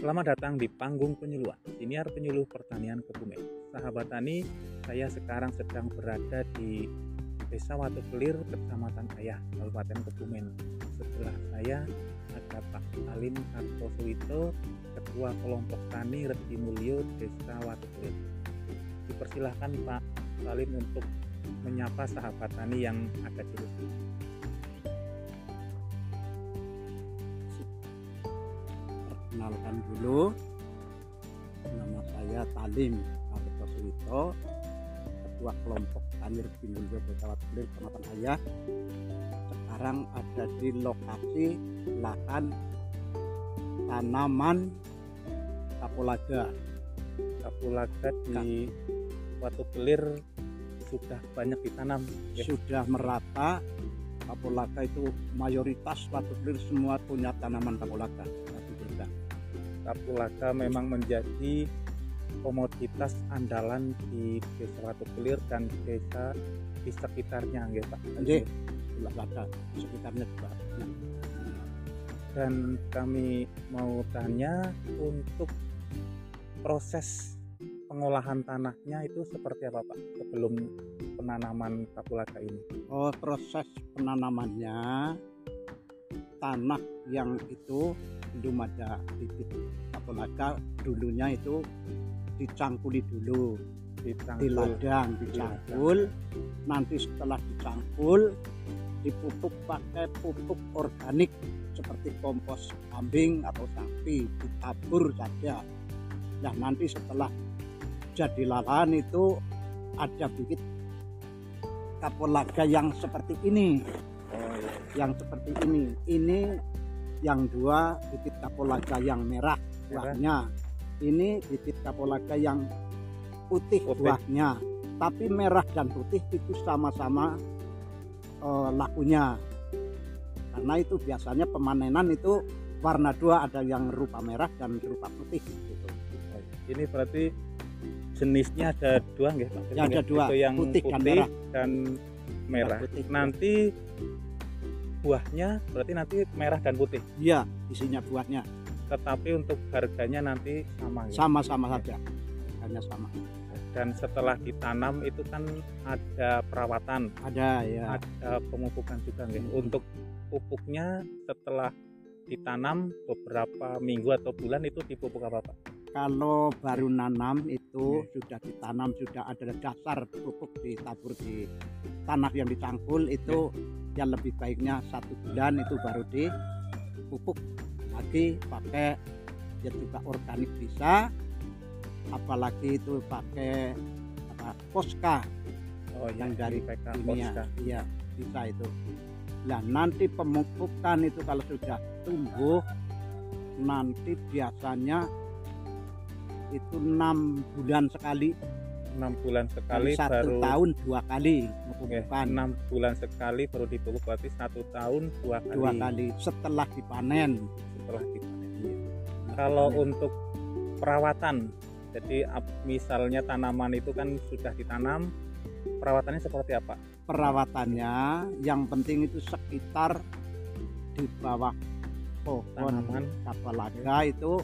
Selamat datang di Panggung Penyuluhan, Siniar Penyuluh Pertanian Kebumen. Sahabat Tani, saya sekarang sedang berada di Desa Watukelir, Kecamatan Ayah, Kabupaten Kebumen. Sebelah saya ada Pak Salim Kartosuwito, Ketua Kelompok Tani Retimulyo Desa Watukelir. Dipersilahkan Pak Salim untuk menyapa sahabat tani yang ada di sini. Perkenalkan dulu, nama saya Salim Kartosuwito, Ketua Kelompok Tani Retimulyo Desa Watukelir, Kecamatan Ayah. Sekarang ada di lokasi lahan tanaman kapulaga. Kapulaga di Watukelir sudah banyak ditanam ya? Sudah merata. Kapulaga itu mayoritas Watukelir semua punya tanaman kapulaga. Kapulaga memang menjadi komoditas andalan di Desa Watukelir dan desa di sekitarnya, ya Pak. Nggih, ada sekitarnya juga. Dan kami mau tanya, untuk proses pengolahan tanahnya itu seperti apa Pak sebelum penanaman kapulaga ini? Oh, proses penanamannya, tanah yang itu belum ada bibit kapulaga, dulunya itu dicangkuli dulu, di ladang dicangkul. Nanti setelah dicangkul dipupuk pakai pupuk organik seperti kompos kambing atau sapi, ditabur saja. Nah, nanti setelah jadi lahan itu ada bibit kapulaga yang seperti ini. Yang seperti ini yang dua bibit kapulaga yang merah buahnya, ini bibit kapulaga yang putih buahnya. Tapi merah dan putih itu sama-sama lakunya, karena itu biasanya pemanenan itu warna dua, ada yang rupa merah dan rupa putih gitu. Ini berarti jenisnya ada dua nggih Pak? Ya, ada dua, itu yang putih dan merah. Putih. Nanti buahnya berarti nanti merah dan putih. Iya, isinya buahnya. Tetapi untuk harganya nanti sama ya? Sama-sama saja, hanya sama. Dan setelah ditanam itu kan ada perawatan, ada ya, ada pemupukan juga nggih. Untuk pupuknya setelah ditanam beberapa minggu atau bulan itu dipupuk apa Pak? Kalau baru nanam itu sudah ditanam, sudah ada dasar pupuk ditabur di tanah yang dicangkul itu, yang lebih baiknya 1 bulan itu baru dipupuk lagi pakai, ya juga organik bisa, apalagi itu pakai Poska yang dari kimia, iya bisa itu. Nah, nanti pemupukan itu kalau sudah tumbuh nanti biasanya itu 6 bulan sekali. 6 bulan sekali, 1 baru tahun 2 kali pemupukan. 6 bulan sekali baru dipupuk, berarti 1 tahun 2 kali. 2 kali setelah dipanen. Setelah dipanen. Iya. Kalau untuk perawatan, jadi misalnya tanaman itu kan sudah ditanam, perawatannya seperti apa? Perawatannya yang penting itu sekitar di bawah pohon tanaman kapulaga itu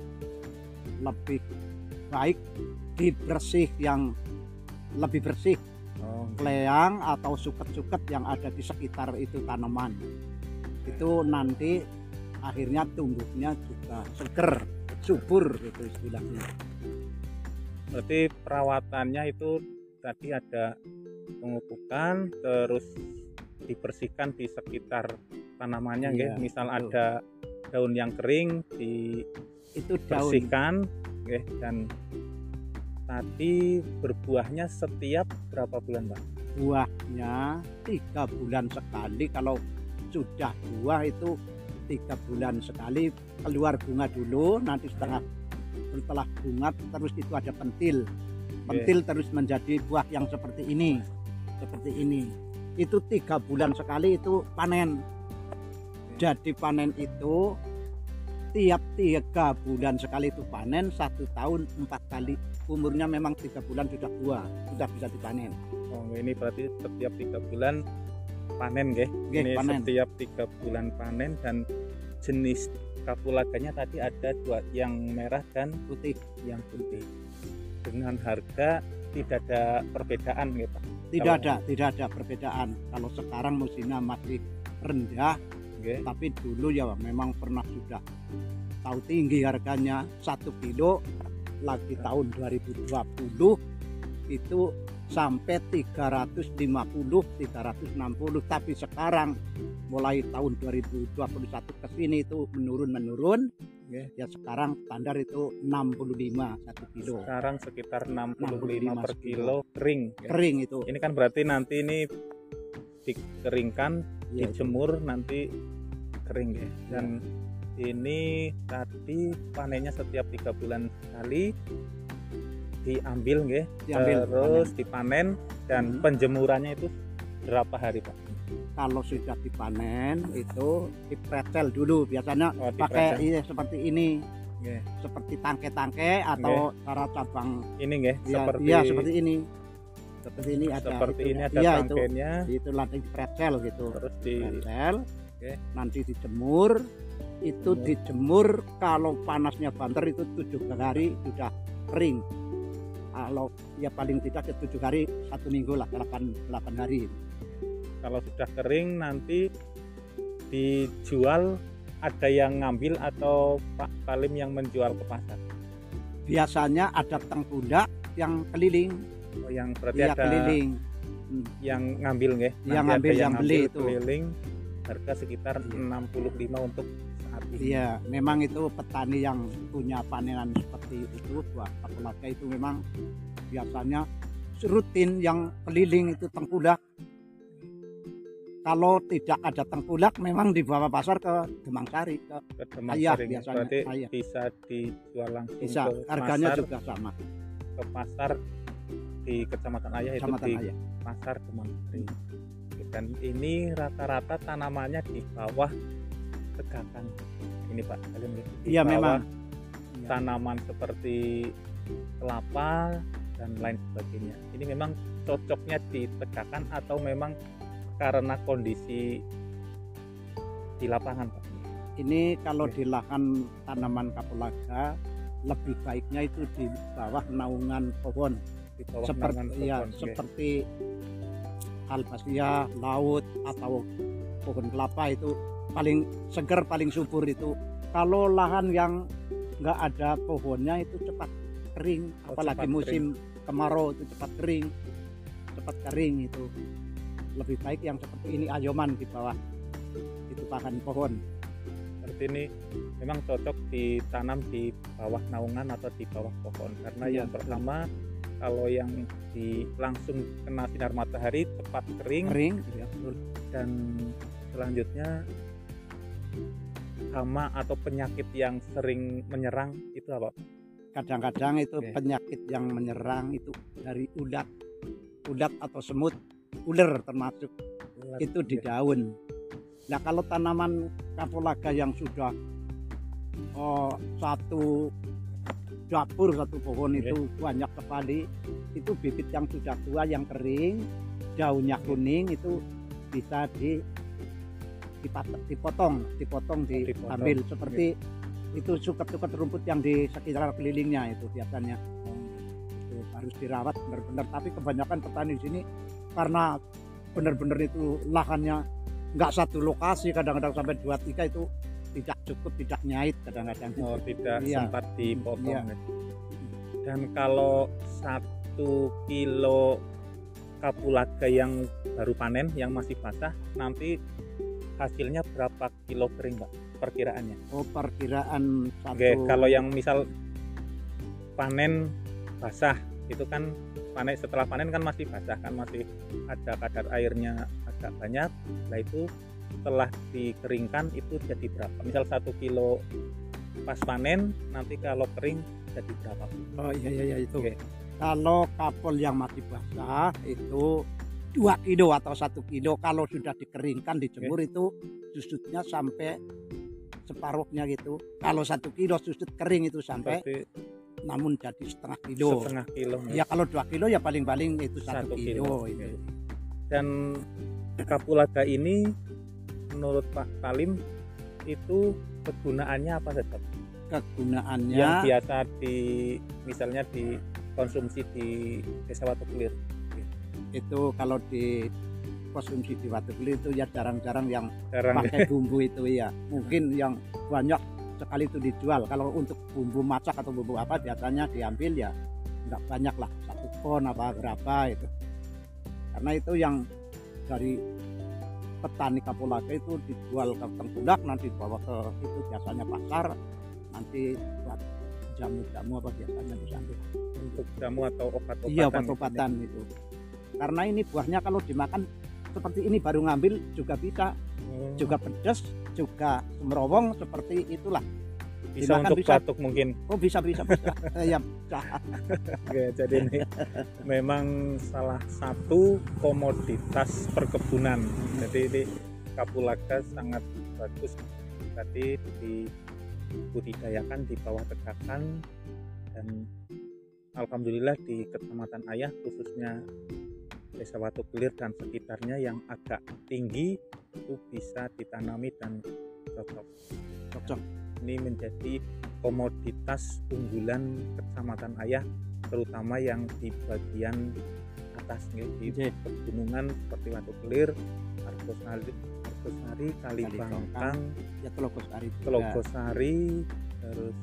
lebih baik dibersih, yang lebih bersih, kleang atau suket-suket yang ada di sekitar itu tanaman. Itu nanti akhirnya tumbuhnya juga seger, subur gitu istilahnya. Berarti perawatannya itu tadi ada pemupukan, terus dibersihkan di sekitar tanamannya, iya, misal betul. Ada daun yang kering Itu dibersihkan, dan tadi berbuahnya setiap berapa bulan Pak? Buahnya 3 bulan sekali. Kalau sudah buah itu 3 bulan sekali keluar bunga dulu, nanti setelah bunga terus itu ada pentil terus menjadi buah yang seperti ini. Itu 3 bulan sekali itu panen. Jadi panen itu tiap 3 bulan sekali itu panen, 1 tahun 4 kali. Umurnya memang 3 bulan sudah buah, sudah bisa dipanen. Oh, ini berarti setiap 3 bulan panen, ini panen. Setiap 3 bulan panen. Dan jenis kapulaganya tadi ada dua, yang merah dan Putih. yang putih. Dengan harga tidak ada perbedaan gitu Pak? Tidak ada perbedaan. Kalau sekarang musimnya masih rendah, Oke. tapi dulu ya memang pernah sudah tahu tinggi harganya. 1 kilo lagi tahun 2020 itu sampai 350 360, tapi sekarang mulai tahun 2021 ke sini itu menurun. Ya sekarang standar itu 65 1 kilo. Sekarang sekitar 65 per kilo kering ya. Kering itu. Ini kan berarti nanti ini dikeringkan, Ya, dijemur, nanti kering ya. Dan ini tadi panennya setiap 3 bulan sekali diambil ya, terus dipanen, dan penjemurannya itu berapa hari Pak? Kalau sudah dipanen itu diprecel dulu, biasanya pakai seperti ini, seperti tangke-tangke atau cara cabang ini ya, seperti ini ada seperti itu, ini ada tangkenya, itu nanti diprecel gitu, terus diprecel, nanti dijemur. Itu dijemur kalau panasnya banter itu 7 hari sudah kering. Kalau ya paling tidak 7 hari 1 minggu lah, 8 hari. Kalau sudah kering nanti dijual, ada yang ngambil atau Pak Salim yang menjual ke pasar? Biasanya ada tengkulak yang keliling. Oh, yang berarti Ya, ada keliling. yang ngambil nggih. Yang ngambil, yang beli itu. Keliling harga sekitar 65 untuk saat ini. Iya, memang itu petani yang punya panenan seperti itu, buat kapulaga itu memang biasanya rutin yang keliling itu tengkulak. Kalau tidak ada tengkulak memang dibawa pasar ke Demang Sari, ke Demang Ayah Sari. biasanya. Berarti Ayah. bisa dijual langsung Bisa, ke harganya pasar, juga sama. ke pasar di Kecamatan Ayah, Kecamatan itu di Ayah. pasar Demang Sari. Dan ini rata-rata tanamannya di bawah tegakan ini Pak Salim. Di Iya, bawah memang tanaman seperti kelapa dan lain sebagainya. Ini memang cocoknya ditegakkan atau memang karena kondisi di lapangan Pak? ini kalau di lahan tanaman kapulaga lebih baiknya itu di bawah naungan pohon. Di bawah Seperti naungan ya, pohon, seperti albasia, laut atau pohon kelapa itu paling segar, paling subur itu. Kalau lahan yang nggak ada pohonnya itu cepat kering, apalagi cepat musim kemarau itu cepat kering itu. Lebih baik yang seperti ini, ayoman di bawah itu bahan pohon. Berarti ini memang cocok ditanam di bawah naungan atau di bawah pohon, karena yang pertama kalau yang langsung kena sinar matahari cepat kering Ya, betul. Dan selanjutnya hama atau penyakit yang sering menyerang itu apa? Kadang-kadang itu penyakit yang menyerang itu dari ulat atau semut, ular termasuk itu di daun. Nah kalau tanaman kapulaga yang sudah satu dapur, satu pohon itu banyak sekali, itu bibit yang sudah tua yang kering, daunnya kuning itu bisa dipotong, diambil seperti itu, suket-suket rumput yang di sekitar kelilingnya itu biasanya. Itu harus dirawat benar-benar, tapi kebanyakan petani di sini karena benar-benar itu lahannya nggak satu lokasi, kadang-kadang sampai 2-3 itu tidak cukup, tidak nyait kadang-kadang. Tidak sempat dipotong. Dan kalau 1 kilo kapulaga yang baru panen, yang masih basah, nanti hasilnya berapa kilo kering Pak perkiraannya? Perkiraan kalau yang misal panen basah itu kan setelah panen kan masih basah, kan masih ada kadar airnya agak banyak. Nah itu setelah dikeringkan itu jadi berapa? Misal 1 kilo pas panen, nanti kalau kering jadi berapa? Iya itu. Kalau kapul yang masih basah itu 2 kilo atau 1 kilo. Kalau sudah dikeringkan, dijemur itu susutnya sampai separuhnya gitu. Kalau 1 kilo susut kering itu sampai namun jadi setengah kilo. Ya kalau 2 kilo ya paling-paling itu 1 kilo. Itu. Dan kapulaga ini menurut Pak Salim itu kegunaannya apa saja? Kegunaannya Yang biasa misalnya dikonsumsi di Desa Watu Kelir. itu kalau di konsumsi di Watu Kelir itu ya jarang-jarang yang Jarang pakai bumbu itu ya. Mungkin yang banyak sekali itu dijual. Kalau untuk bumbu masak atau bumbu apa biasanya diambil ya nggak banyak lah, 1 ton apa berapa itu. Karena itu yang dari petani kapulaga itu dijual ke Tengkulak, nanti dibawa ke itu biasanya pasar, nanti buat jamu-jamu apa biasanya di sana. untuk jamu atau obat-obatan. Iya, obat-obatan itu. Karena ini buahnya kalau dimakan seperti ini baru ngambil juga bisa, Oh, juga pedas, juga semerowong seperti itulah. bisa dimakan untuk bisa. batuk mungkin. Oh bisa. Ya bisa. Oke, jadi ini memang salah satu komoditas perkebunan. Jadi ini kapulaga sangat bagus tadi dibudidayakan di bawah tegakan, dan alhamdulillah di Kecamatan Ayah khususnya Desa Watu Kelir dan sekitarnya yang agak tinggi itu bisa ditanami dan cocok. Ini menjadi komoditas unggulan Kecamatan Ayah, terutama yang di bagian atas di pegunungan seperti Watu Kelir, Argosari, Kalibangkang, Ya Telogosari juga. Telogosari, terus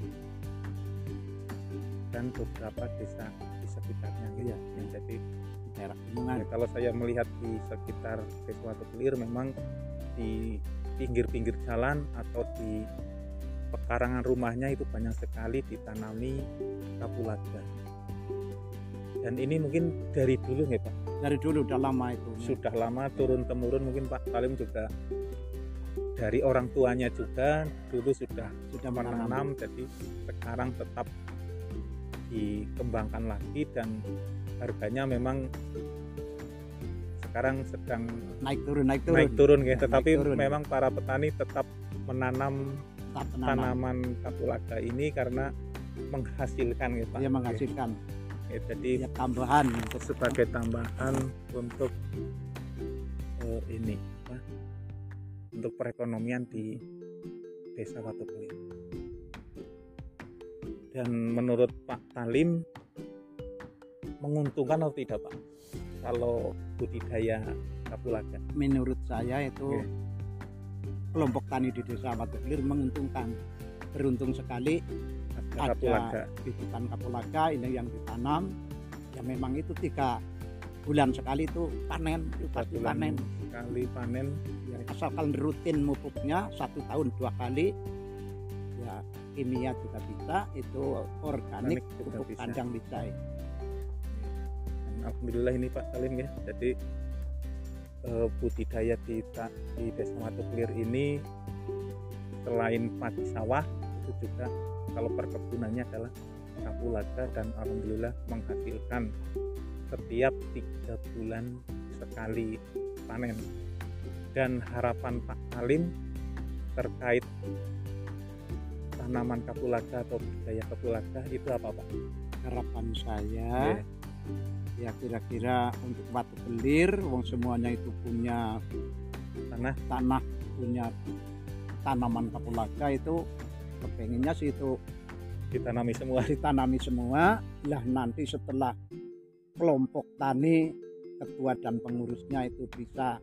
dan beberapa desa di sekitarnya gitu. Iya. Yang jadi Daerah gunungan. ya, kalau saya melihat di sekitar Desa Watu Kelir memang di pinggir-pinggir jalan atau di pekarangan rumahnya itu banyak sekali ditanami kapulaga. Dan ini mungkin dari dulu ya Pak? Dari dulu udah lama itu. Sudah lama turun temurun, mungkin Pak Salim juga dari orang tuanya juga dulu sudah menanam, jadi sekarang tetap dikembangkan lagi dan harganya memang sekarang sedang naik turun ya, tetapi naik turun. memang para petani tetap menanam tanaman kapulaga ini karena menghasilkan ya Pak. Dia menghasilkan. Ya, jadi Ya, tambahan untuk sebagai tambahan untuk ini Pak, untuk perekonomian di Desa Watu Kelir. Dan menurut Pak Salim menguntungkan atau tidak Pak kalau budidaya kapulaga? menurut saya itu Oke. kelompok tani di Desa Watu Kelir menguntungkan. Beruntung sekali Ada kapulaga. bibitan kapulaga ini yang ditanam. Ya memang itu 3 bulan sekali itu panen, itu pasti Bulan panen. sekali panen. Ya, asalkan rutin mupuknya 1 tahun 2 kali. Ya kimia juga bisa, itu organik juga pupuk bisa. kandang bisa. Dan alhamdulillah ini Pak Salim ya, jadi budidaya di Desa Watu Kelir ini selain padi sawah itu juga kalau perkebunannya adalah kapulaga, dan alhamdulillah menghasilkan setiap 3 bulan sekali panen. Dan harapan Pak Salim terkait tanaman kapulaga atau budidaya kapulaga itu apa Pak? Harapan saya ya kira-kira untuk Watu Kelir, wong semuanya itu punya tanah, punya tanaman kapulaga, itu kepenginnya sih itu ditanami semua. Lah nanti setelah kelompok tani, ketua dan pengurusnya itu bisa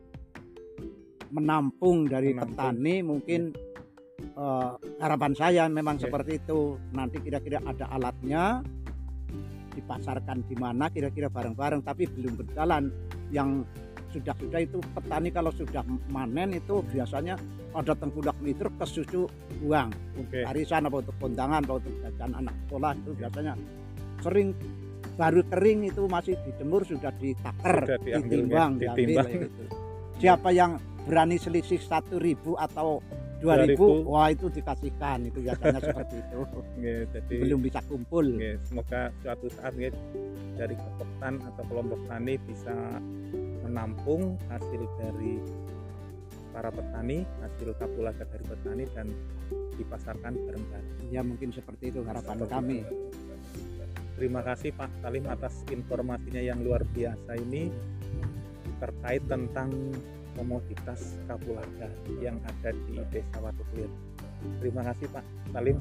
menampung dari petani, mungkin harapan saya memang seperti itu. Nanti kira-kira ada alatnya, dipasarkan di mana kira-kira bareng-bareng, tapi belum berjalan. Yang sudah itu petani kalau sudah manen itu biasanya ada tengkulak liter ke susu uang. Arisan apa untuk kondangan atau untuk jajan anak sekolah itu biasanya sering baru kering itu masih dijemur sudah ditaker, ditimbang. Gitu. Siapa yang berani selisih 1.000 atau 2.000, wah itu dikasihkan, itu biasanya seperti itu. Jadi belum bisa kumpul. Semoga suatu saat dari kelompok tani bisa menampung hasil dari para petani, hasil kapulaga dari petani, dan dipasarkan bareng-bareng. Ya mungkin seperti itu harapan kami. Terima kasih Pak Salim atas informasinya yang luar biasa ini terkait tentang komoditas kapulaga yang ada di Desa Watukelir. Terima kasih Pak Salim.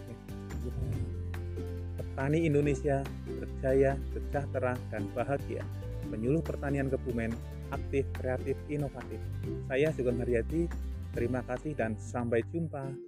Petani Indonesia berjaya, sejahtera, dan bahagia. Penyuluh pertanian Kebumen, aktif, kreatif, inovatif. Saya Sugeng Haryadi. Terima kasih dan sampai jumpa.